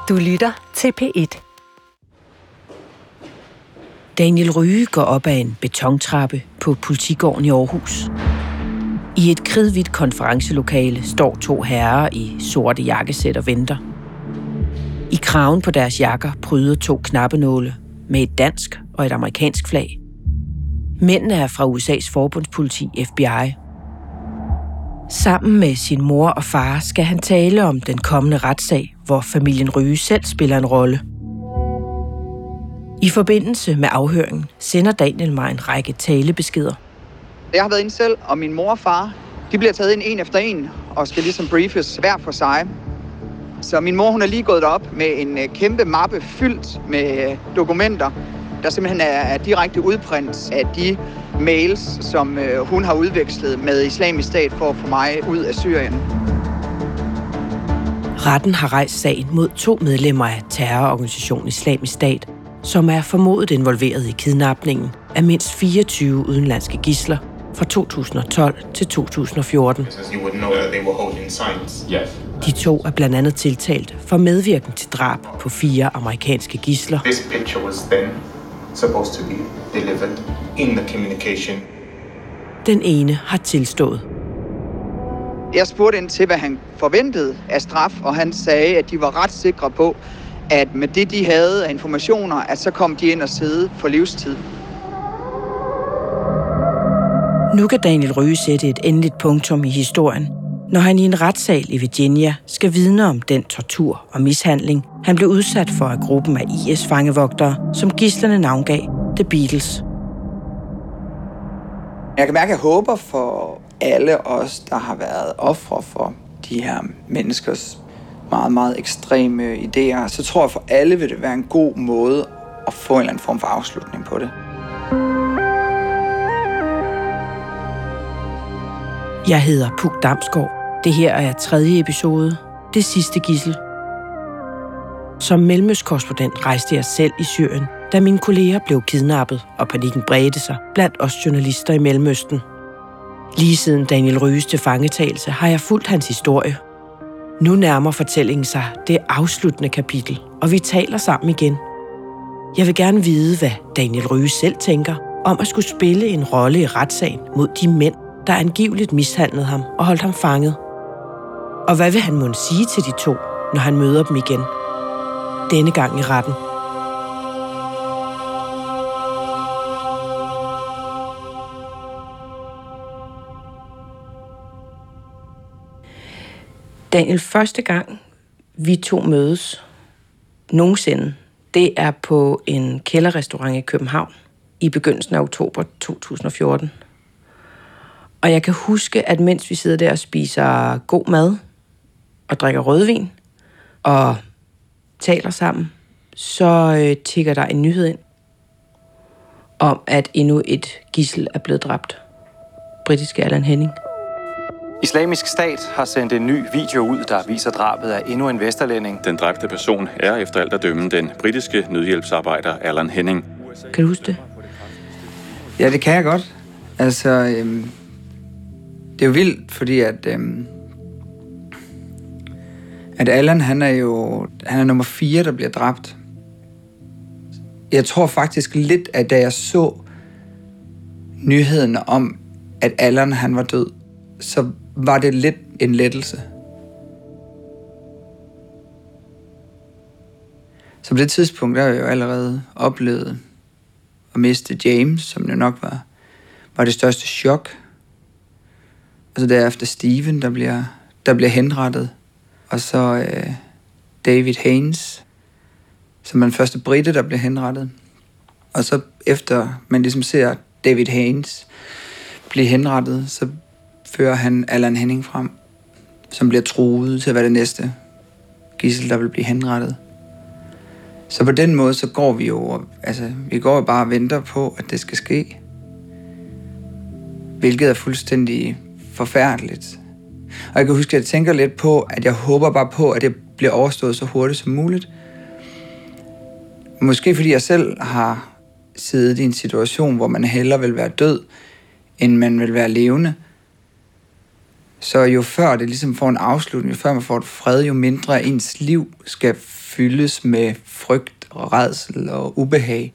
Du lytter til P1. Daniel Rye går op ad en betontrappe på Politigården i Aarhus. I et kridhvidt konferencelokale står to herrer i sorte jakkesæt og venter. I kraven på deres jakker pryder to knappenåle med et dansk og et amerikansk flag. Mændene er fra USA's forbundspoliti FBI. Sammen med sin mor og far skal han tale om den kommende retssag, hvor familien Rye selv spiller en rolle. I forbindelse med afhøringen sender Daniel mig en række talebeskeder. Jeg har været inde selv, og min mor og far, de bliver taget ind en efter en og skal ligesom briefes hver for sig. Så min mor, hun er lige gået derop med en kæmpe mappe fyldt med dokumenter, der simpelthen er direkte udprint af de mails, som hun har udvekslet med Islamisk Stat for at få mig ud af Syrien. Retten har rejst sagen mod 2 medlemmer af terrororganisationen Islamisk Stat, som er formodet involveret i kidnapningen af mindst 24 udenlandske gidsler fra 2012 til 2014. De 2 er blandt andet tiltalt for medvirken til drab på 4 amerikanske gidsler. Den ene har tilstået. Jeg spurgte ind til, hvad han forventede af straf, og han sagde, at de var ret sikre på, at med det, de havde af informationer, at så kom de ind og sidde for livstid. Nu kan Daniel Rye sætte et endeligt punktum i historien, når han i en retssal i Virginia skal vidne om den tortur og mishandling, han blev udsat for af gruppen af IS-fangevogtere, som gidslerne navngav The Beatles. Jeg kan mærke, at jeg håber for alle os, der har været ofre for de her menneskers meget, meget ekstreme idéer, så tror jeg for alle vil det være en god måde at få en eller anden form for afslutning på det. Jeg hedder Puk Damsgaard. Det her er 3. episode. Det sidste gidsel. Som mellemøstkorrespondent rejste jeg selv i Syrien, da mine kolleger blev kidnappet, og panikken bredte sig blandt os journalister i Mellemøsten. Lige siden Daniel Ryes tilfangetagelse har jeg fulgt hans historie. Nu nærmer fortællingen sig det afsluttende kapitel, og vi taler sammen igen. Jeg vil gerne vide, hvad Daniel Rye selv tænker om at skulle spille en rolle i retssagen mod de mænd, der angiveligt mishandlede ham og holdt ham fanget. Og hvad vil han mon sige til de 2, når han møder dem igen? Denne gang i retten. Daniel, første gang vi 2 mødes nogensinde, det er på en kælderrestaurant i København i begyndelsen af oktober 2014. Og jeg kan huske, at mens vi sidder der og spiser god mad og drikker rødvin og taler sammen, så tikker der en nyhed ind om, at endnu et gidsel er blevet dræbt. Britiske Allan Henning. Islamisk Stat har sendt en ny video ud, der viser drabet af endnu en vesterlænding. Den dræbte person er efter alt at dømme den britiske nødhjælpsarbejder Allan Henning. Kan du huske det? Ja, det kan jeg godt. Altså, det er jo vildt, fordi at Allan, han er nummer 4, der bliver dræbt. Jeg tror faktisk lidt, at da jeg så nyheden om, at Allan, han var død, så var det lidt en lettelse. Så på det tidspunkt, der har jeg jo allerede oplevet at miste James, som jo nok var det største chok. Og så derefter Steven, der bliver henrettet. Og så David Haynes, som er den første brite, der bliver henrettet. Og så efter man ligesom ser David Haynes blive henrettet, så fører han Allan Henning frem, som bliver truet til at være det næste gidsel, der vil blive henrettet. Så på den måde, så går vi jo, vi går jo bare og venter på, at det skal ske. Hvilket er fuldstændig forfærdeligt. Og jeg kan huske, at jeg tænker lidt på, at jeg håber bare på, at det bliver overstået så hurtigt som muligt. Måske fordi jeg selv har siddet i en situation, hvor man hellere vil være død, end man vil være levende. Så jo før det ligesom får en afslutning, jo før man får et fred, jo mindre ens liv skal fyldes med frygt og rædsel og ubehag.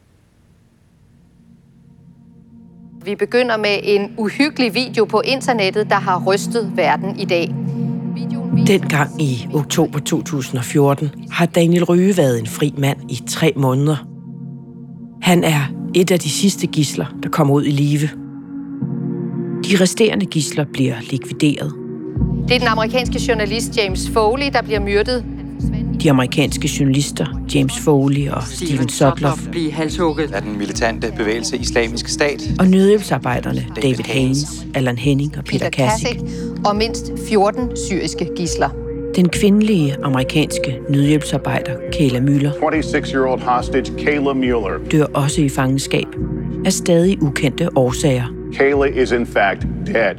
Vi begynder med en uhyggelig video på internettet, der har rystet verden i dag. Dengang i oktober 2014 har Daniel Rye været en fri mand i 3 måneder. Han er et af de sidste gidsler, der kommer ud i live. De resterende gidsler bliver likvideret. Det er den amerikanske journalist James Foley, der bliver myrdet. De amerikanske journalister James Foley og Steven Sotloff bliver halshugget af den militante bevægelse Islamisk Stat. og nødhjælpsarbejderne David Haynes, Alan Henning og Peter Kasich. Og mindst 14 syriske gidsler. Den kvindelige amerikanske nødhjælpsarbejder Kayla Müller 26-year-old hostage Kayla Mueller. dør også i fangenskab af stadig ukendte årsager. Kayla is in fact dead.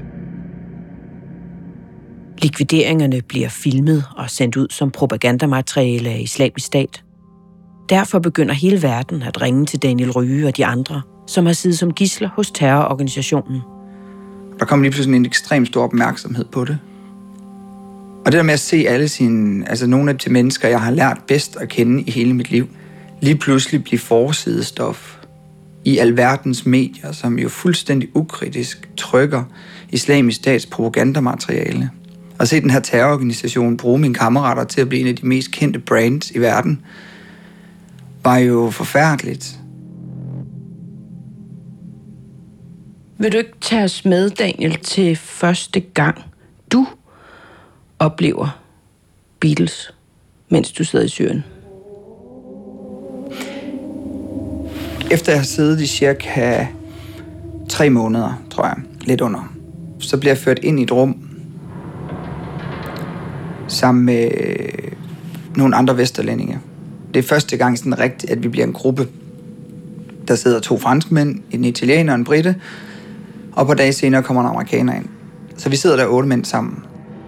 Likvideringerne bliver filmet og sendt ud som propagandamateriale af Islamisk Stat. Derfor begynder hele verden at ringe til Daniel Rye og de andre, som har siddet som gidsler hos terrororganisationen. Der kommer lige pludselig en ekstremt stor opmærksomhed på det. Og det der med at se alle nogle af de mennesker, jeg har lært bedst at kende i hele mit liv, lige pludselig blive forsidestof i alverdens medier, som jo fuldstændig ukritisk trykker Islamisk Stats propagandamateriale. Og se den her terrororganisation bruge mine kammerater til at blive en af de mest kendte brands i verden, var jo forfærdeligt. Vil du ikke tage os med, Daniel, til første gang, du oplever Beatles, mens du sidder i Syrien? Efter jeg har siddet i cirka 3 måneder, tror jeg, lidt under, så bliver jeg ført ind i et rum sammen med nogle andre vesterlændinge. Det er første gang sådan rigtigt, at vi bliver en gruppe. Der sidder 2 franskmænd, en italiener og en brite, og på dage senere kommer en amerikaner ind. Så vi sidder der 8 mænd sammen.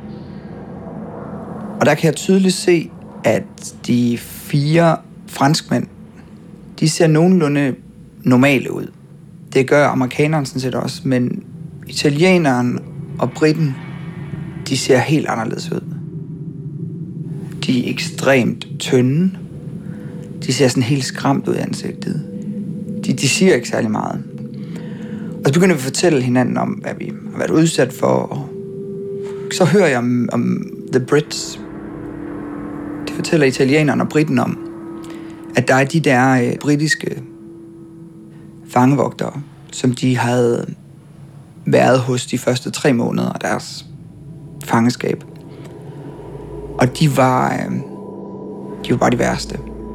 Og der kan jeg tydeligt se, at de 4 franskmænd, de ser nogenlunde normale ud. Det gør amerikaneren sådan set også, men italieneren og briten, de ser helt anderledes ud. De er ekstremt tynde. De ser sådan helt skræmt ud i ansigtet. De siger ikke særlig meget. Og så begynder vi at fortælle hinanden om, hvad vi har været udsat for. Og så hører jeg om The Brits. Det fortæller italieneren og briten om, at der er de der britiske fangevogtere, som de havde været hos de første 3 måneder af deres fangeskab. Og de var bare de værste.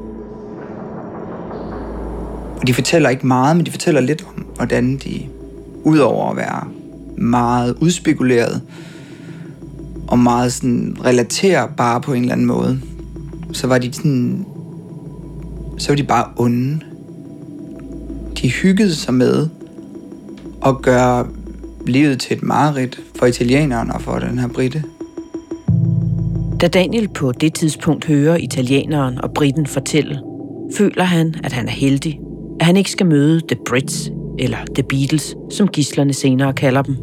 Og de fortæller ikke meget, men de fortæller lidt om, hvordan de, udover at være meget udspekuleret og meget sådan relaterbare på en eller anden måde, så var de bare onde. De hyggede sig med at gøre livet til et mareridt for italieneren og for den her brite. Da Daniel på det tidspunkt hører italieneren og briten fortælle, føler han, at han er heldig, at han ikke skal møde The Brits eller The Beatles, som gidslerne senere kalder dem.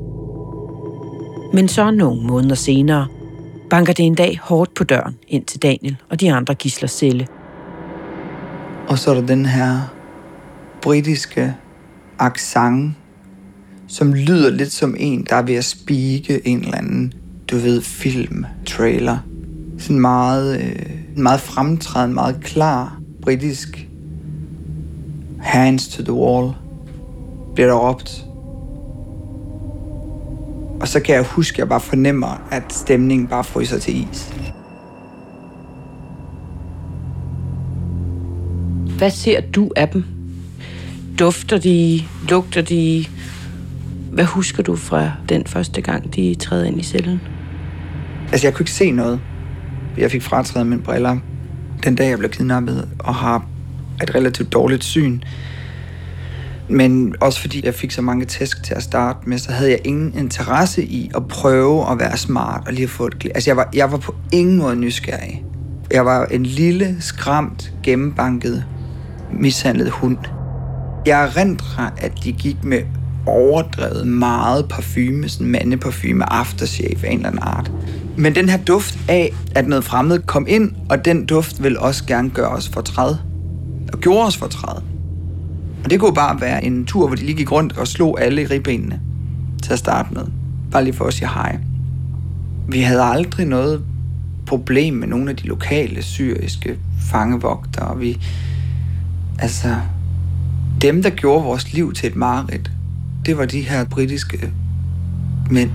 Men så nogle måneder senere banker det en dag hårdt på døren ind til Daniel og de andre gidslers celle. Og så er der den her britiske accent, som lyder lidt som en, der er ved at speake en eller anden, film, trailer. Sådan meget fremtrædende, meget klar britisk. Hands to the wall, bliver der råbt. Og så kan jeg huske, at jeg bare fornemmer, at stemningen bare fryser til is. Hvad ser du af dem? Dufter de? Lugter de? Hvad husker du fra den første gang, de træder ind i cellen? Altså, jeg kunne ikke se noget. Jeg fik frataget mine briller den dag, jeg blev kidnappet, og har et relativt dårligt syn. Men også fordi jeg fik så mange tæsk til at starte med, så havde jeg ingen interesse i at prøve at være smart og lige at få et glimt. Altså, jeg var på ingen måde nysgerrig. Jeg var en lille, skræmt, gennembanket, mishandlet hund. Jeg erindrer, at de gik med overdrevet meget parfume, sådan mandeparfume, aftershave af en eller anden art. Men den her duft af, at noget fremmed kom ind, og den duft ville også gerne gøre os fortræd. Og gjorde os fortræd. Og det kunne bare være en tur, hvor de lige gik rundt og slog alle i ribbenene til at starte med. Bare lige for at sige hej. Vi havde aldrig noget problem med nogle af de lokale syriske fangevogtere. Dem, der gjorde vores liv til et mareridt, det var de her britiske mænd.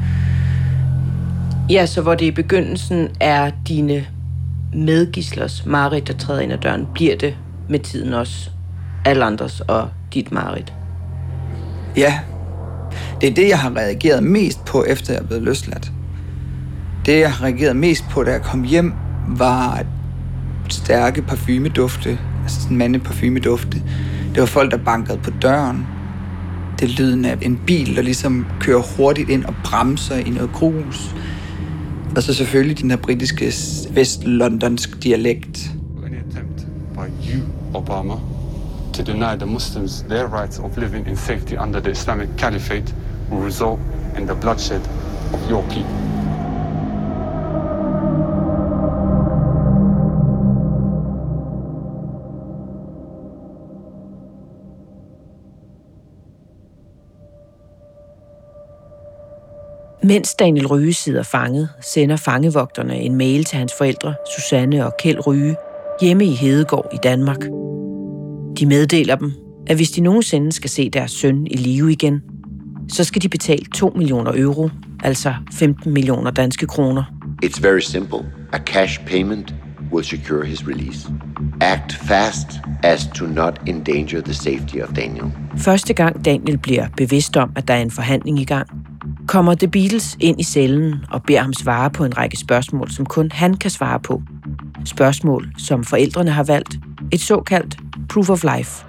Ja, så hvor det i begyndelsen er dine medgislers mareridt, der træder ind ad døren, bliver det med tiden også alle andres og dit mareridt? Ja, det er det, jeg har reageret mest på, efter jeg er blevet løsladt. Det, jeg har reageret mest på, da jeg kom hjem, var stærke parfumedufte, altså sådan mandeparfumedufte. Det var folk, der bankede på døren. Det er lyden af en bil, der ligesom kører hurtigt ind og bremser i noget grus. Og så selvfølgelig den her britiske vest-londonsk dialekt. Any attempt by you, Obama, to deny the Muslims their rights of living in safety under the Islamic Caliphate will result in the bloodshed of your people. Mens Daniel Rye sidder fanget, sender fangevogterne en mail til hans forældre, Susanne og Kjeld Rye, hjemme i Hedegaard i Danmark. De meddeler dem, at hvis de nogensinde skal se deres søn i live igen, så skal de betale 2 millioner euro, altså 15 millioner danske kroner. It's very simple. A cash payment will secure his release. Act fast as to not endanger the safety of Daniel. Første gang Daniel bliver bevidst om, at der er en forhandling i gang, kommer The Beatles ind i cellen og beder ham svare på en række spørgsmål, som kun han kan svare på. Spørgsmål, som forældrene har valgt. Et såkaldt proof of life.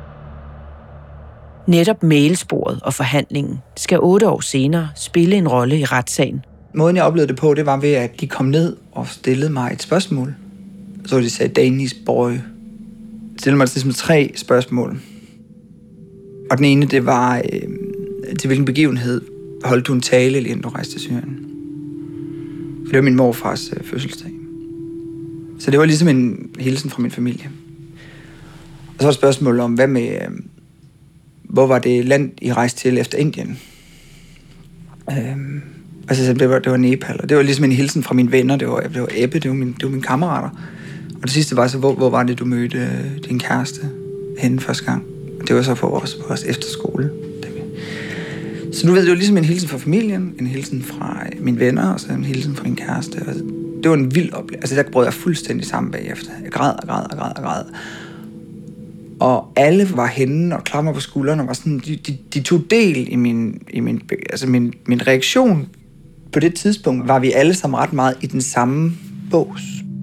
Netop mailsporet og forhandlingen skal 8 år senere spille en rolle i retssagen. Måden, jeg oplevede det på, det var ved, at de kom ned og stillede mig et spørgsmål. Så de sagde, Danish boy. De stillede mig ligesom 3 spørgsmål. Og den ene, det var, til hvilken begivenhed holdt du en tale, lige inden du rejste til Syrien. For det var min morfars fødselsdag. Så det var ligesom en hilsen fra min familie. Og så var et spørgsmål om, hvad med, hvor var det land, I rejste til efter Indien? Altså, det var Nepal, og det var ligesom en hilsen fra mine venner. Det var Ebbe, det var mine kammerater. Og det sidste var så, hvor var det, du mødte din kæreste henne første gang? Og det var så på vores efterskole. Så du ved, det var ligesom en hilsen fra familien, en hilsen fra mine venner, og så en hilsen fra min kæreste. Altså, det var en vild oplevelse. Altså, der brød jeg fuldstændig sammen bagefter. Jeg græd. Og alle var henne og klammer på skuldrene og var sådan, de tog del i min reaktion. På det tidspunkt var vi alle sammen ret meget i den samme bås.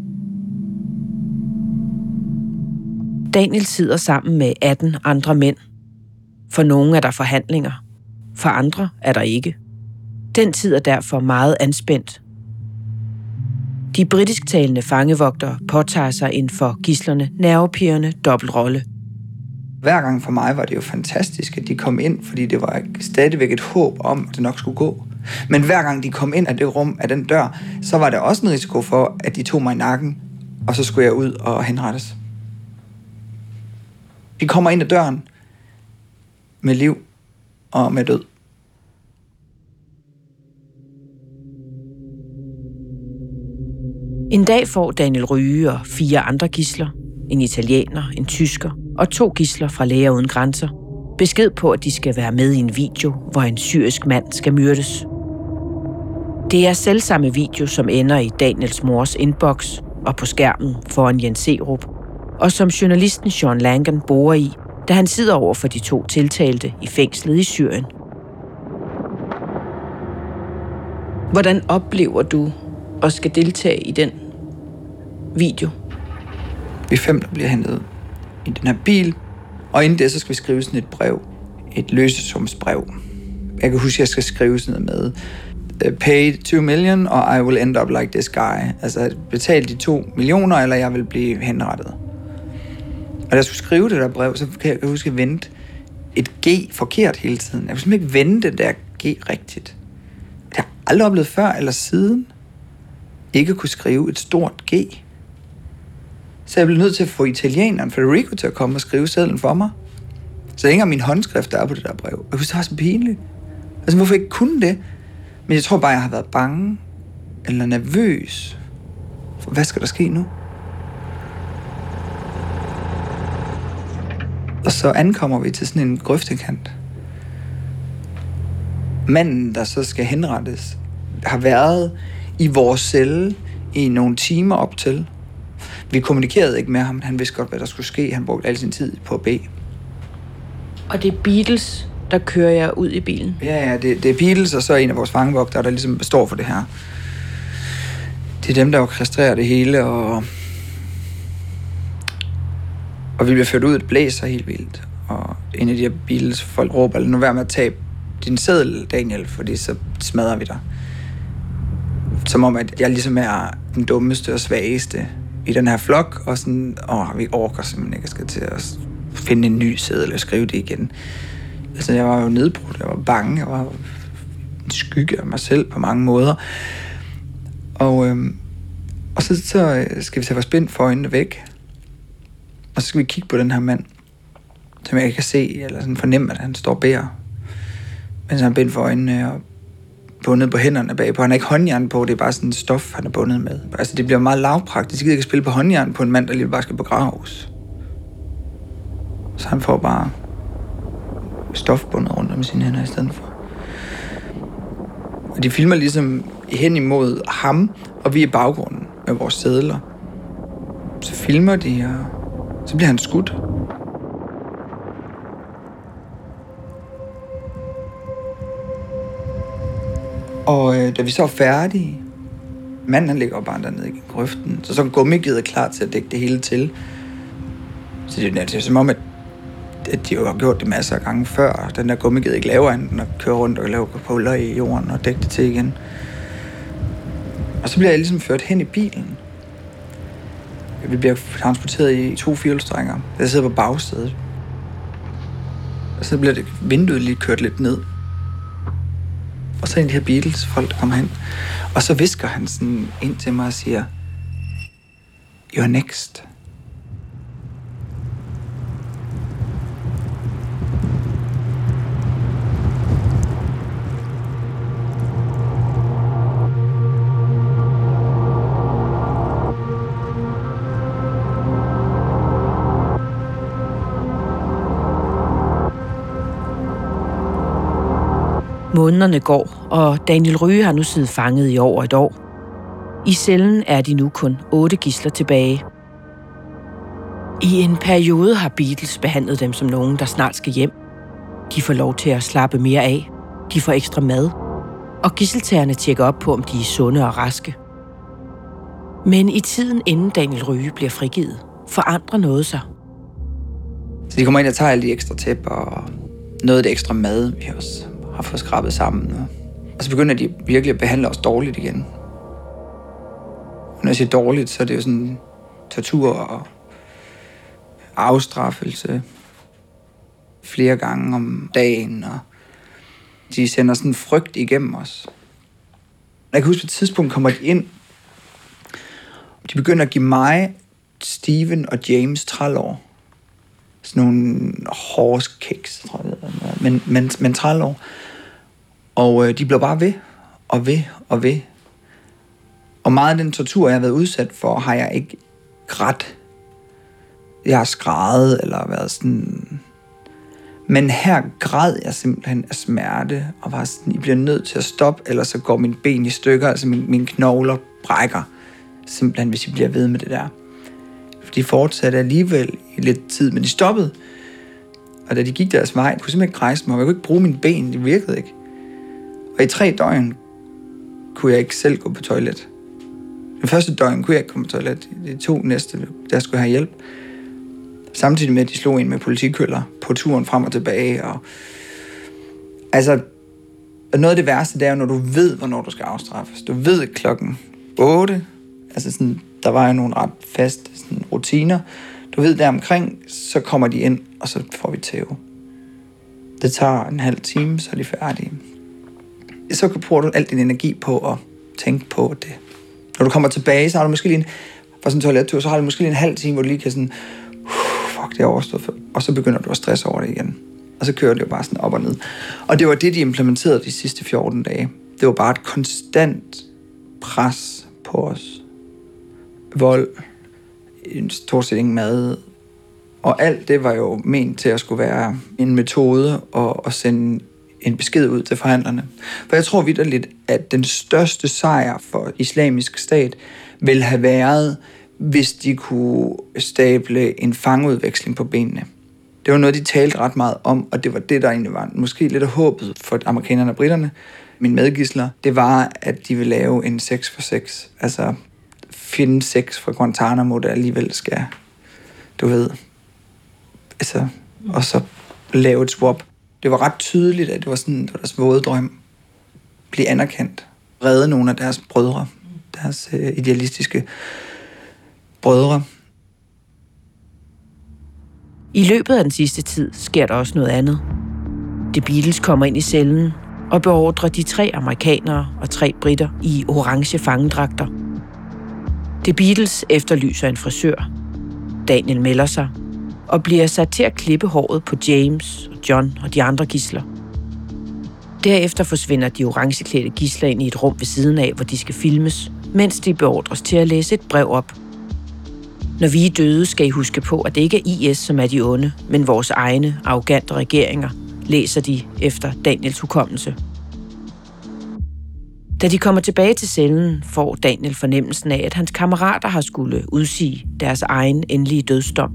Daniel sidder sammen med 18 andre mænd. For nogle er der forhandlinger. For andre er der ikke. Den tid er derfor meget anspændt. De britisk-talende fangevogtere påtager sig en for gidslerne nervepirrende dobbeltrolle. Hver gang for mig var det jo fantastisk, at de kom ind, fordi det var stadigvæk et håb om, at det nok skulle gå. Men hver gang de kom ind af det rum, af den dør, så var der også en risiko for, at de tog mig i nakken, og så skulle jeg ud og henrettes. De kommer ind ad døren med liv og med død. En dag får Daniel Rye og 4 andre gidsler, en italiener, en tysker og 2 gidsler fra Læger Uden Grænser, besked på, at de skal være med i en video, hvor en syrisk mand skal myrdes. Det er selvsamme video, som ender i Daniels mors inbox og på skærmen foran Jens Serup, og som journalisten Sean Langan borer i, da han sidder over for de 2 tiltalte i fængslet i Syrien. Hvordan oplever du at skal deltage i den video? Vi 5, der bliver hentet i den her bil, og inden det, så skal vi skrive sådan et brev. Et løsesumsbrev. Jeg kan huske, at jeg skal skrive sådan noget med pay 2 million, og I will end up like this guy. Altså betal de 2 millioner, eller jeg vil blive henrettet. Og da jeg skulle skrive det der brev, så kan jeg huske at vente et G forkert hele tiden. Jeg kunne simpelthen ikke vende det der G rigtigt. Det har jeg aldrig oplevet før eller siden. Ikke kunne skrive et stort G. Så jeg blev nødt til at få italieneren Federico til at komme og skrive sedlen for mig. Så ikke engang min håndskrift, der er på det der brev. Jeg synes, det var så pinligt. Altså, hvorfor ikke kunne det? Men jeg tror bare, jeg har været bange eller nervøs. For hvad skal der ske nu? Og så ankommer vi til sådan en grøftekant. Manden, der så skal henrettes, har været i vores celle i nogle timer op til. Vi kommunikerede ikke med ham. Han vidste godt, hvad der skulle ske. Han brugte al sin tid på at bede. Og det er Beatles, der kører jer ud i bilen? Ja, det er Beatles, og så en af vores fangevogtere, der ligesom står for det her. Det er dem, der orkestrerer det hele, og vi bliver ført ud, det blæser helt vildt. Og en af de her Beatles-folk råber, nu vær med at tage din seddel, Daniel, fordi så smadrer vi dig. Som om, at jeg ligesom er den dummeste og svageste i den her flok, og sådan, vi orker simpelthen ikke, at skal til at finde en ny seddel og skrive det igen. Altså, jeg var jo nedbrudt, jeg var bange, jeg var en skygge af mig selv på mange måder. Og så skal vi tage vores bind for øjnene væk, og så skal vi kigge på den her mand, som jeg ikke kan se, eller sådan fornemme, at han står og beder, mens han har bind for øjnene og bundet på hænderne bagpå. Han har ikke håndjern på, det er bare sådan et stof, han er bundet med. Altså, det bliver meget lavpraktisk. Jeg gider ikke spille på håndjern på en mand, der lige bare skal begraves. Så han får bare stofbundet rundt om sine hænder i stedet for. Og de filmer ligesom hen imod ham, og vi er i baggrunden med vores sedler. Så filmer de, og så bliver han skudt. Og da vi så er færdige, manden han ligger jo bare dernede i grøften, så er gummigivet klar til at dække det hele til. Så det er som om, at de jo har gjort det masser af gange før. Den der gummiged ikke laver anden og kører rundt og laver huller i jorden og dækker det til igen. Og så bliver jeg ligesom ført hen i bilen. Vi bliver transporteret i 2 firehjulstrækkere. Jeg sidder på bagsædet. Og så bliver det vinduet lige kørt lidt ned. Og så er en af de her Beatles-folk, der kommer hen. Og så visker han sådan ind til mig og siger, "You're next." Månederne går, og Daniel Rye har nu siddet fanget i over et år. I cellen er de nu kun 8 gidsler tilbage. I en periode har Beatles behandlet dem som nogen, der snart skal hjem. De får lov til at slappe mere af. De får ekstra mad. Og gidseltagerne tjekker op på, om de er sunde og raske. Men i tiden inden Daniel Rye bliver frigivet, forandrer noget sig. Så de kommer ind og tager alle de ekstra tæpper og noget af det ekstra mad, vi også har fået skrabet sammen. Og så begynder de virkelig at behandle os dårligt igen. Og når jeg siger dårligt, så er det jo sådan tortur og afstraffelse flere gange om dagen, og de sender sådan frygt igennem os. Jeg kan huske, på et tidspunkt kommer de ind, de begynder at give mig, Steven og James trælår. Sådan nogle horse kicks, tror jeg det er, men trælår. Og de bliver bare ved, og ved, og ved. Og meget af den tortur, jeg har været udsat for, har jeg ikke grædt. Jeg har skrædet, eller været sådan... Men her græd jeg simpelthen af smerte, og var sådan, I bliver nødt til at stoppe, ellers så går mine ben i stykker, altså mine knogler brækker, simpelthen, hvis I bliver ved med det der. For de fortsatte alligevel i lidt tid, men de stoppede. Og da de gik deres vej, jeg kunne simpelthen ikke rejse mig, jeg kunne ikke bruge mine ben, det virkede ikke. Og i 3 døgn kunne jeg ikke selv gå på toilet. Den første døgn kunne jeg ikke komme på toilet. De 2 næste, der skulle have hjælp. Samtidig med, at de slog ind med politikøller på turen frem og tilbage. Og altså, noget af det værste, det er jo, når du ved, hvornår du skal afstraffes. Du ved klokken 8. Altså sådan, der var jo nogle ret faste sådan, rutiner. Du ved der omkring, så kommer de ind, og så får vi tæve. Det tager en halv time, så er de færdige. Så bruger du al din energi på at tænke på det. Når du kommer tilbage, så har du måske lige fra sådan en toilettur, så har du måske lige en halv time, hvor du lige kan sådan, fuck, det er overstået. Og så begynder du at stresse over det igen. Og så kører det jo bare sådan op og ned. Og det var det, de implementerede de sidste 14 dage. Det var bare et konstant pres på os. Vold, stort set ingen mad. Og alt det var jo ment til at skulle være en metode at sende en besked ud til forhandlerne. For jeg tror vitterligt, at den største sejr for Islamisk Stat ville have været, hvis de kunne stable en fangeudveksling på benene. Det var noget, de talte ret meget om, og det var det, der egentlig var måske lidt af håbet for amerikanerne og britterne. Mine medgidsler, det var, at de ville lave en 6 for 6. Altså finde 6 fra Guantanamo, der alligevel skal, du ved, altså, og så lave et swap. Det var ret tydeligt, at det var sådan, at deres våde drøm blive anerkendt. Redde nogle af deres brødre, deres idealistiske brødre. I løbet af den sidste tid sker der også noget andet. The Beatles kommer ind i cellen og beordrer de 3 amerikanere og 3 britter i orange fangedragter. The Beatles efterlyser en frisør. Daniel melder sig og bliver sat til at klippe håret på James og John og de andre gidsler. Derefter forsvinder de orangeklædte gidsler ind i et rum ved siden af, hvor de skal filmes, mens de beordres til at læse et brev op. Når vi er døde, skal I huske på, at det ikke er IS, som er de onde, men vores egne arrogante regeringer, læser de efter Daniels hukommelse. Da de kommer tilbage til cellen, får Daniel fornemmelsen af, at hans kammerater har skulle udsige deres egen endelige dødsdom.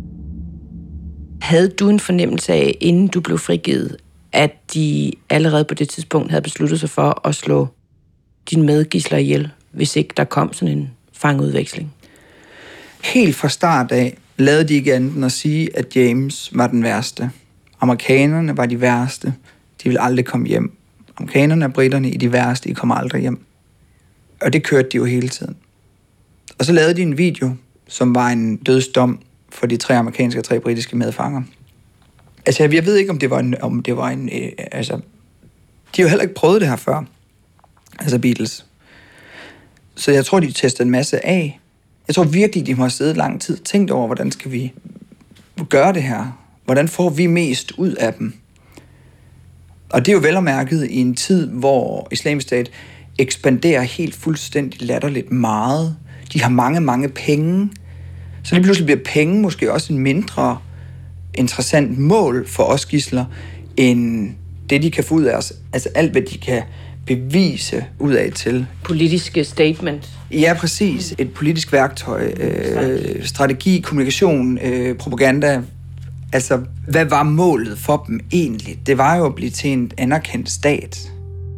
Havde du en fornemmelse af, inden du blev frigivet, at de allerede på det tidspunkt havde besluttet sig for at slå dine medgidsler ihjel, hvis ikke der kom sådan en fangeudveksling? Helt fra start af lavede de ikke andet end at sige, at James var den værste. Amerikanerne var de værste. De ville aldrig komme hjem. Amerikanerne og britterne er de værste. I kommer aldrig hjem. Og det kørte de jo hele tiden. Og så lavede de en video, som var en dødsdom for de 3 amerikanske og 3 britiske medfanger. Altså, jeg ved ikke, om det var en altså, de har jo heller ikke prøvet det her før. Altså Beatles. Så jeg tror, de testede en masse af. Jeg tror virkelig, de må have siddet lang tid og tænkt over, hvordan skal vi gøre det her? Hvordan får vi mest ud af dem? Og det er jo vel og mærket i en tid, hvor Islamisk Stat ekspanderer helt fuldstændig latterligt meget. De har mange, mange penge. Så lige pludselig bliver penge måske også en mindre interessant mål for os gidsler, end det, de kan få ud af os. Altså alt, hvad de kan bevise ud af til. Politiske statement. Ja, præcis. Et politisk værktøj, strategi, kommunikation, propaganda. Altså, hvad var målet for dem egentlig? Det var jo at blive til en anerkendt stat.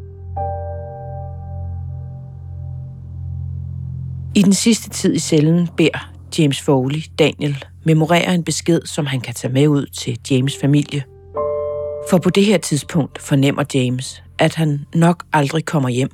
I den sidste tid i cellen beder James Foley Daniel memorere en besked, som han kan tage med ud til James' familie. For på det her tidspunkt fornemmer James, at han nok aldrig kommer hjem.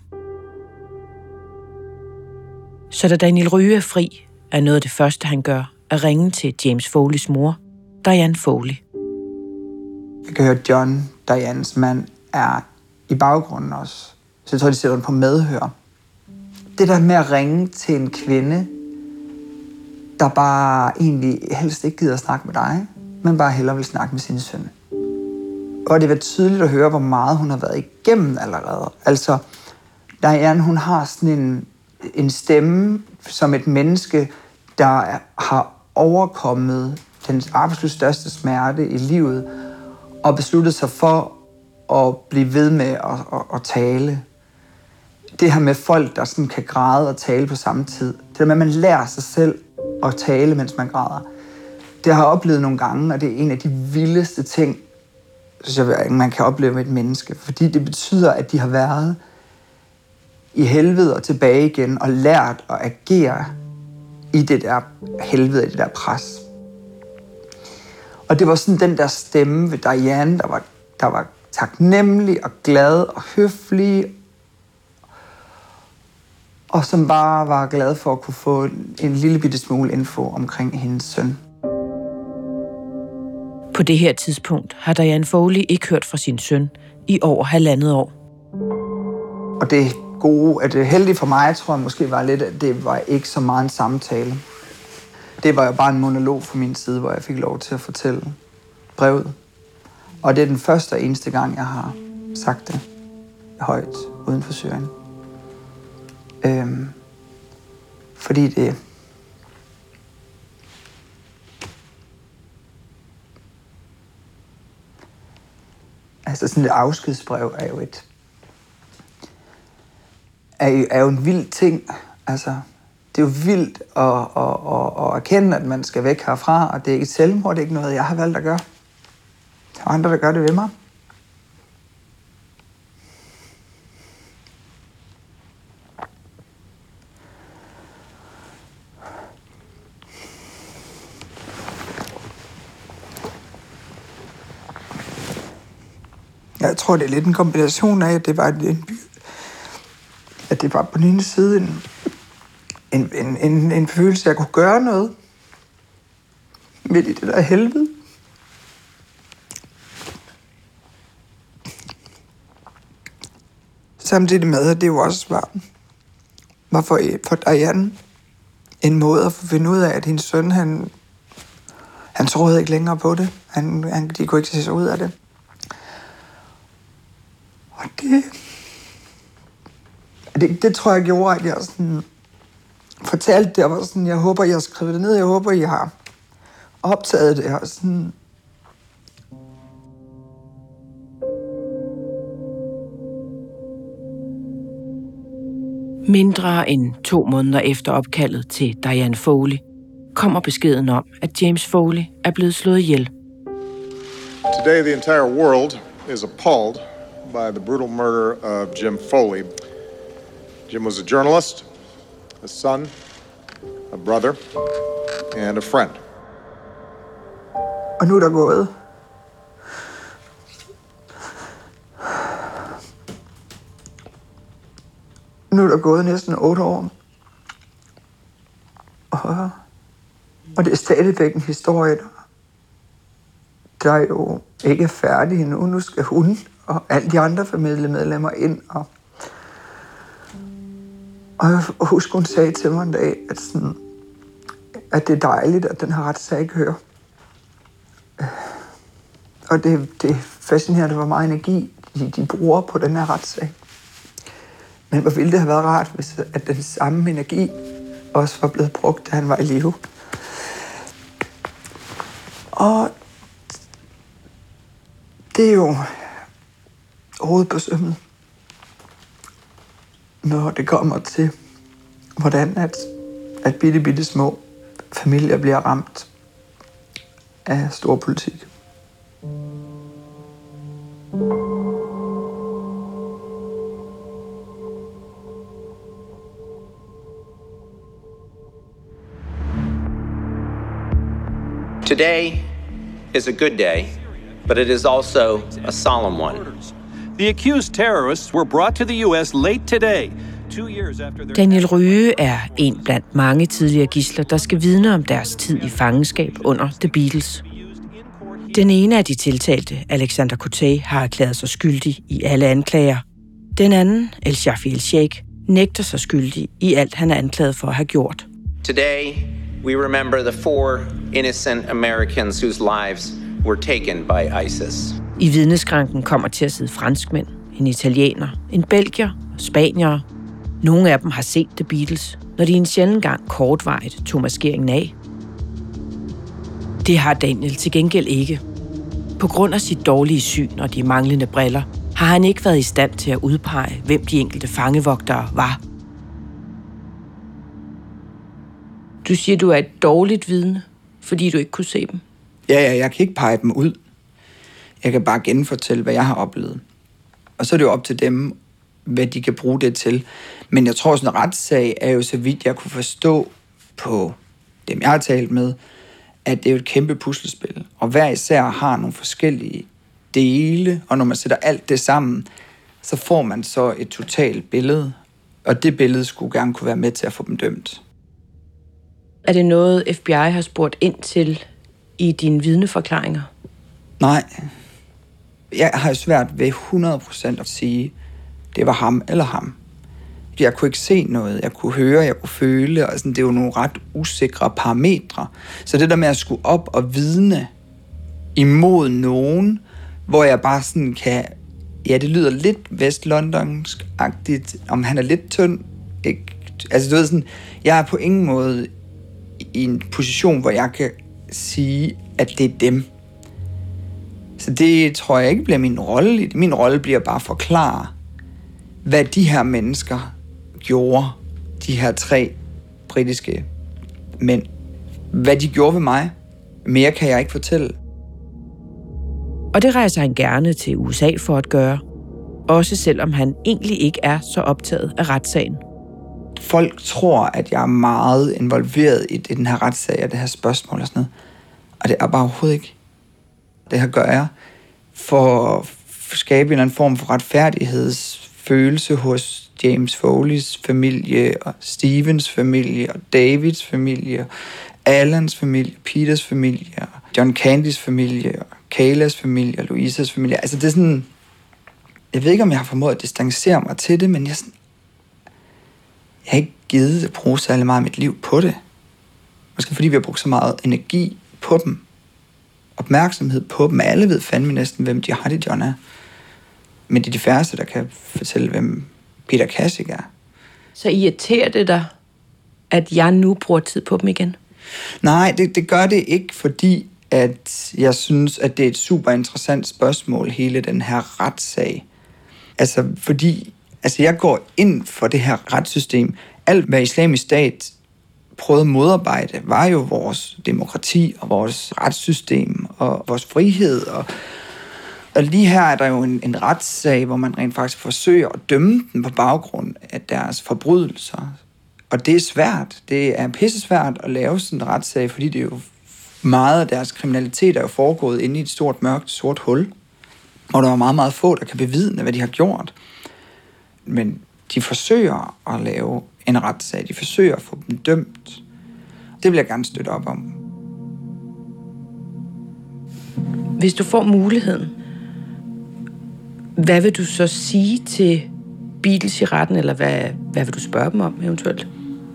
Så da Daniel Rye er fri, er noget af det første, han gør, at ringe til James Foleys mor, Diane Foley. Jeg kan høre, John, Dianes mand, er i baggrunden også. Så jeg tror, de sætter den på medhør. Det der med at ringe til en kvinde, der bare egentlig helst ikke gider at snakke med dig, men bare hellere vil snakke med sin søn. Og det var tydeligt at høre, hvor meget hun har været igennem allerede. Altså, Diane, hun har sådan en stemme som et menneske, der har overkommet den absolut største smerte i livet, og besluttet sig for at blive ved med at tale. Det her med folk, der sådan kan græde og tale på samme tid. Det der med, at man lærer sig selv at tale, mens man græder. Det har jeg oplevet nogle gange, og det er en af de vildeste ting, synes jeg, man kan opleve med et menneske. Fordi det betyder, at de har været i helvede og tilbage igen, og lært at agere i det der helvede, i det der pres. Og det var sådan den der stemme ved Diane, der var taknemmelig og glad og høflig, og som bare var glad for at kunne få en lille bitte smule info omkring hendes søn. På det her tidspunkt har Diane Foley ikke hørt fra sin søn i over 1,5 år. Og det gode, at det heldige for mig, tror jeg måske var lidt, at det var ikke så meget en samtale. Det var jo bare en monolog fra min side, hvor jeg fik lov til at fortælle brevet. Og det er den første og eneste gang, jeg har sagt det højt uden for Syrien. Fordi det... Altså sådan et afskedsbrev er jo en vild ting. Altså, det er jo vildt at erkende, at man skal væk herfra, og det er ikke et selvmord, det er ikke noget, jeg har valgt at gøre. Der er andre, der gør det ved mig. Jeg tror, det er lidt en kombination af, at det var at det var på den ene side en følelse, at jeg kunne gøre noget midt i det der helvede. Samtidig med, at det jo også var for Diane en måde at få finde ud af, at hendes søn, han troede ikke længere på det. De kunne ikke se sig ud af det. Og det tror jeg gjorde, at jeg sådan fortalte det, og var sådan, jeg håber, I har skrevet det ned, jeg håber, I har optaget det, og sådan. Mindre end 2 måneder efter opkaldet til Diane Foley, kommer beskeden om, at James Foley er blevet slået ihjel. Today the entire world is appalled by the brutal murder of Jim Foley. Jim was a journalist, a son, a brother, and a friend. Og nu er der gået. Nu er der gået næsten 8 år. Og det er stadigvæk en historie, der jo ikke er færdig endnu. Nu skal hun og alle de andre familiemedlemmer ind. Og jeg husker, hun sagde til mig en dag, at det er dejligt, at den her retssag kører. Og det er fascinerende, hvor meget energi de bruger på den her retssag. Men hvor ville det have været rart, hvis at den samme energi også var blevet brugt, da han var i live. Og det er jo hovedet på sømmet, når det kommer til, hvordan at bitte små familier bliver ramt af stor politik. Today is a good day, but it is also a solemn one. The accused terrorists were brought to the U.S. late today, 2 years after their... Daniel Rye er en blandt mange tidligere gidsler, der skal vidne om deres tid i fangenskab under The Beatles. Den ene af de tiltalte, Alexander Coté, har erklæret sig skyldig i alle anklager. Den anden, El-Shafi El-Sheikh, nægter sig skyldig i alt, han er anklaget for at have gjort. Today, we remember the 4 innocent Americans whose lives were taken by ISIS. I vidneskranken kommer til at sidde franskmænd, en italiener, en belgier og spaniere. Nogle af dem har set The Beatles, når de en sjælden gang kortvarigt tog maskeringen af. Det har Daniel til gengæld ikke. På grund af sit dårlige syn og de manglende briller, har han ikke været i stand til at udpege, hvem de enkelte fangevogtere var. Du siger, du er et dårligt vidne, fordi du ikke kunne se dem. Ja, jeg kan ikke pege dem ud. Jeg kan bare genfortælle, hvad jeg har oplevet. Og så er det jo op til dem, hvad de kan bruge det til. Men jeg tror, sådan en retssag er jo, så vidt jeg kunne forstå på dem, jeg har talt med, at det er jo et kæmpe puslespil. Og hver især har nogle forskellige dele, og når man sætter alt det sammen, så får man så et totalt billede. Og det billede skulle gerne kunne være med til at få dem dømt. Er det noget, FBI har spurgt ind til i dine vidneforklaringer? Nej. Jeg har svært ved 100% at sige, det var ham eller ham. Jeg kunne ikke se noget, jeg kunne høre, jeg kunne føle, og sådan, det er jo nogle ret usikre parametre. Så det der med at skulle op og vidne imod hvor jeg bare sådan kan... Ja, det lyder lidt vestlondonsk-agtigt, om han er lidt tynd. Ikke? Altså, du ved sådan, jeg er på ingen måde i en position, hvor jeg kan sige, at det er dem. Så det tror jeg ikke bliver min rolle. Min rolle bliver bare at forklare, hvad de her mennesker gjorde, de her 3 britiske mænd. Hvad de gjorde ved mig, mere kan jeg ikke fortælle. Og det rejser han gerne til USA for at gøre, også selvom han egentlig ikke er så optaget af retssagen. Folk tror, at jeg er meget involveret i den her retssag og det her spørgsmål og sådan noget. Og det er bare overhovedet ikke. Det her gør jeg for at skabe en eller anden form for retfærdighedsfølelse hos James Foleys familie og Stevens familie og Davids familie og Alans familie, Peters familie og John Candys familie og Kaylas familie og Louisas familie. Altså det er sådan... Jeg ved ikke, om jeg har formået at distancere mig til det, men jeg har ikke givet at bruge særlig meget af mit liv på det. Måske fordi vi har brugt så meget energi på dem. Opmærksomhed på dem. Alle ved fandme næsten, hvem de Hardy John er. Men det er de færreste, der kan fortælle, hvem Peter Kassig er. Så irriterer det dig, at jeg nu bruger tid på dem igen? Nej, det gør det ikke, fordi at jeg synes, at det er et super interessant spørgsmål, hele den her retssag. Altså, fordi jeg går ind for det her retssystem. Alt, hvad Islamisk Stat prøvede at modarbejde, var jo vores demokrati og vores retssystem og vores frihed. Og lige her er der jo en retssag, hvor man rent faktisk forsøger at dømme dem på baggrund af deres forbrydelser. Og det er svært. Det er pissesvært at lave sådan en retssag, fordi det er jo meget af deres kriminalitet er jo foregået inde i et stort, mørkt, sort hul. Og der er meget, meget få, der kan bevidne, hvad de har gjort. Men de forsøger at lave en retssag. De forsøger at få dem dømt. Det vil jeg gerne støtte op om. Hvis du får muligheden, hvad vil du så sige til Beatles i retten, eller hvad vil du spørge dem om eventuelt?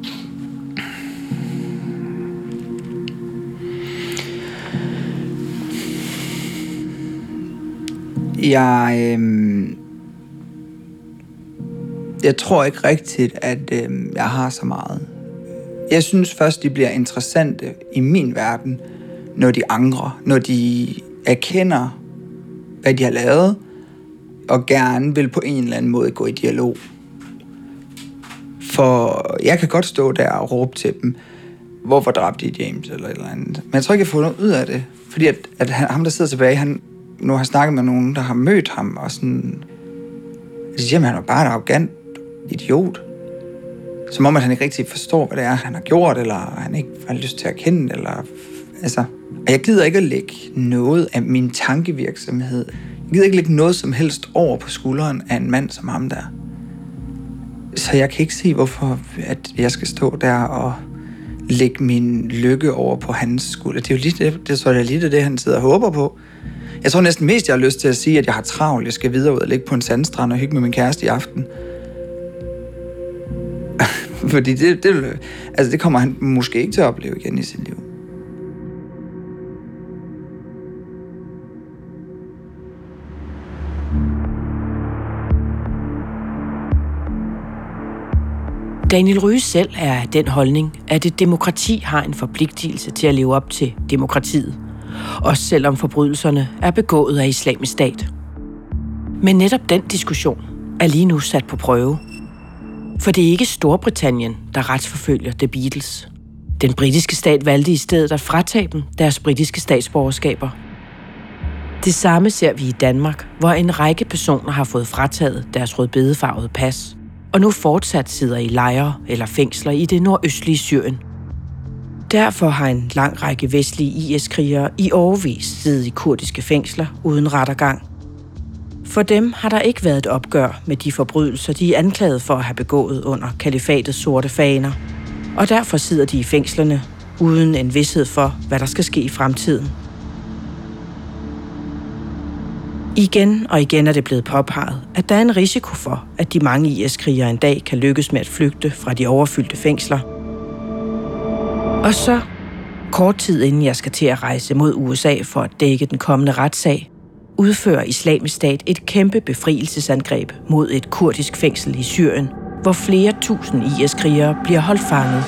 Jeg tror ikke rigtigt, at jeg har så meget. Jeg synes først, de bliver interessante i min verden, når de angrer, når de erkender, hvad de har lavet, og gerne vil på en eller anden måde gå i dialog. For jeg kan godt stå der og råbe til dem, hvorfor dræbte de James eller et eller andet. Men jeg tror ikke, jeg får noget ud af det. Fordi at ham, der sidder tilbage, han nu har snakket med nogen, der har mødt ham, og sådan... De siger, at han er bare en arrogant idiot. Som om, at han ikke rigtig forstår, hvad det er, han har gjort, eller han ikke har lyst til at kende, eller... Altså... Og jeg gider ikke at lægge noget af min tankevirksomhed. Jeg gider ikke lægge noget som helst over på skulderen af en mand som ham der. Så jeg kan ikke se, hvorfor at jeg skal stå der og lægge min lykke over på hans skulder. Det er jo lige det, så er det lige det, han sidder og håber på. Jeg tror næsten mest, jeg har lyst til at sige, at jeg har travlt. Jeg skal videre ud og ligge på en sandstrand og hygge med min kæreste i aften. Fordi det kommer han måske ikke til at opleve igen i sit liv. Daniel Rye selv er af den holdning, at et demokrati har en forpligtelse til at leve op til demokratiet. Også selvom forbrydelserne er begået af Islamisk Stat. Men netop den diskussion er lige nu sat på prøve. For det er ikke Storbritannien, der retsforfølger The Beatles. Den britiske stat valgte i stedet at fratage dem deres britiske statsborgerskaber. Det samme ser vi i Danmark, hvor en række personer har fået frataget deres rødbedefarvede pas, og nu fortsat sidder i lejre eller fængsler i det nordøstlige Syrien. Derfor har en lang række vestlige IS-krigere i årevis siddet i kurdiske fængsler uden rettergang. For dem har der ikke været et opgør med de forbrydelser, de er anklaget for at have begået under kalifatets sorte faner. Og derfor sidder de i fængslerne uden en vished for, hvad der skal ske i fremtiden. Igen og igen er det blevet påpeget, at der er en risiko for, at de mange IS-krigere en dag kan lykkes med at flygte fra de overfyldte fængsler. Og så, kort tid inden jeg skal til at rejse mod USA for at dække den kommende retssag, udfører Islamisk Stat et kæmpe befrielsesangreb mod et kurdisk fængsel i Syrien, hvor flere tusind IS-krigere bliver holdt fanget.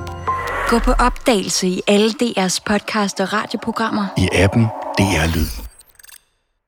Gå på opdagelse i alle DR's podcast og radioprogrammer. I appen DR Lyd.